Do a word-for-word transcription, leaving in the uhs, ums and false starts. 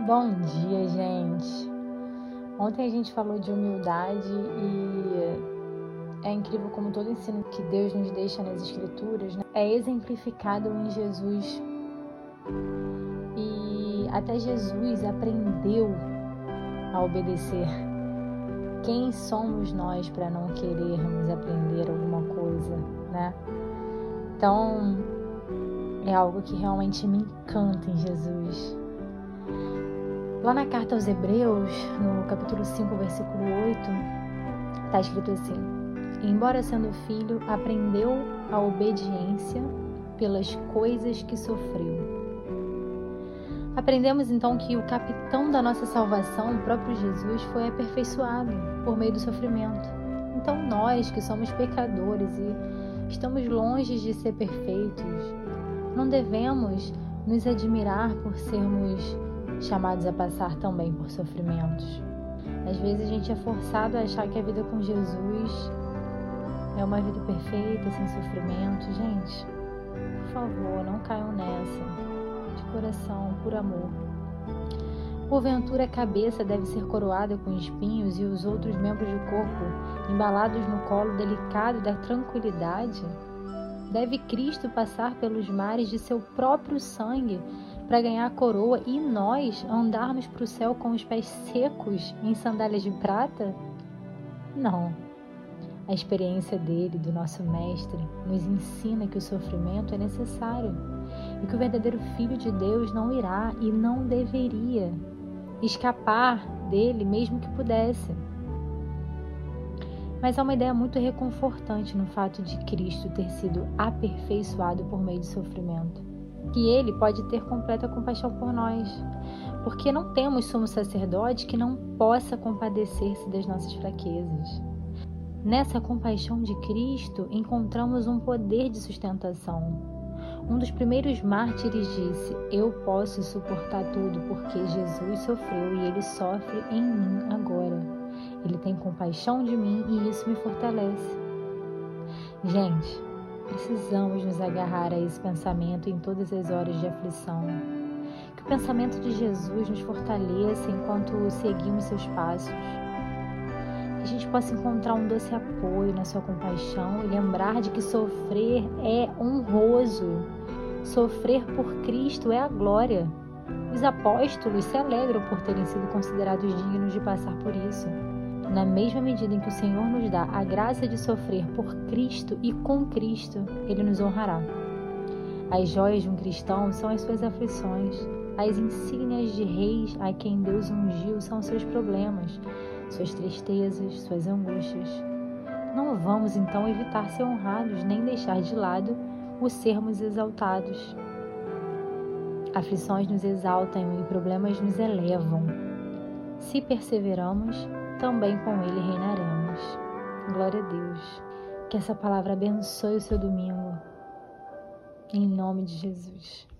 Bom dia, gente! Ontem a gente falou de humildade e é incrível como todo ensino que Deus nos deixa nas Escrituras, né, é exemplificado em Jesus. E até Jesus aprendeu a obedecer. Quem somos nós para não querermos aprender alguma coisa, né? Então, é algo que realmente me encanta em Jesus. Lá na carta aos Hebreus, no capítulo cinco, versículo oito, está escrito assim: embora sendo filho, aprendeu a obediência pelas coisas que sofreu. Aprendemos então que o capitão da nossa salvação, o próprio Jesus, foi aperfeiçoado por meio do sofrimento. Então nós, que somos pecadores e estamos longe de ser perfeitos, não devemos nos admirar por sermos chamados a passar também por sofrimentos. Às vezes a gente é forçado a achar que a vida com Jesus é uma vida perfeita, sem sofrimento. Gente, por favor, não caiam nessa. De coração, por amor. Porventura a cabeça deve ser coroada com espinhos e os outros membros do corpo embalados no colo delicado da tranquilidade? Deve Cristo passar pelos mares de seu próprio sangue para ganhar a coroa e nós andarmos para o céu com os pés secos em sandálias de prata? Não. A experiência dele, do nosso mestre, nos ensina que o sofrimento é necessário e que o verdadeiro Filho de Deus não irá e não deveria escapar dele mesmo que pudesse. Mas há uma ideia muito reconfortante no fato de Cristo ter sido aperfeiçoado por meio de sofrimento, que ele pode ter completa compaixão por nós, porque não temos sumo sacerdote que não possa compadecer-se das nossas fraquezas. Nessa compaixão de Cristo encontramos um poder de sustentação. Um dos primeiros mártires disse: eu posso suportar tudo porque Jesus sofreu e ele sofre em mim agora. Ele tem compaixão de mim e isso me fortalece. Gente, precisamos nos agarrar a esse pensamento em todas as horas de aflição. Que o pensamento de Jesus nos fortaleça enquanto seguimos seus passos. Que a gente possa encontrar um doce apoio na sua compaixão e lembrar de que sofrer é honroso. Sofrer por Cristo é a glória. Os apóstolos se alegram por terem sido considerados dignos de passar por isso. Na mesma medida em que o Senhor nos dá a graça de sofrer por Cristo e com Cristo, Ele nos honrará. As joias de um cristão são as suas aflições. As insígnias de reis a quem Deus ungiu são seus problemas, suas tristezas, suas angústias. Não vamos então evitar ser honrados, nem deixar de lado o sermos exaltados. Aflições nos exaltam e problemas nos elevam. Se perseveramos, também com Ele reinaremos. Glória a Deus. Que essa palavra abençoe o seu domingo. Em nome de Jesus.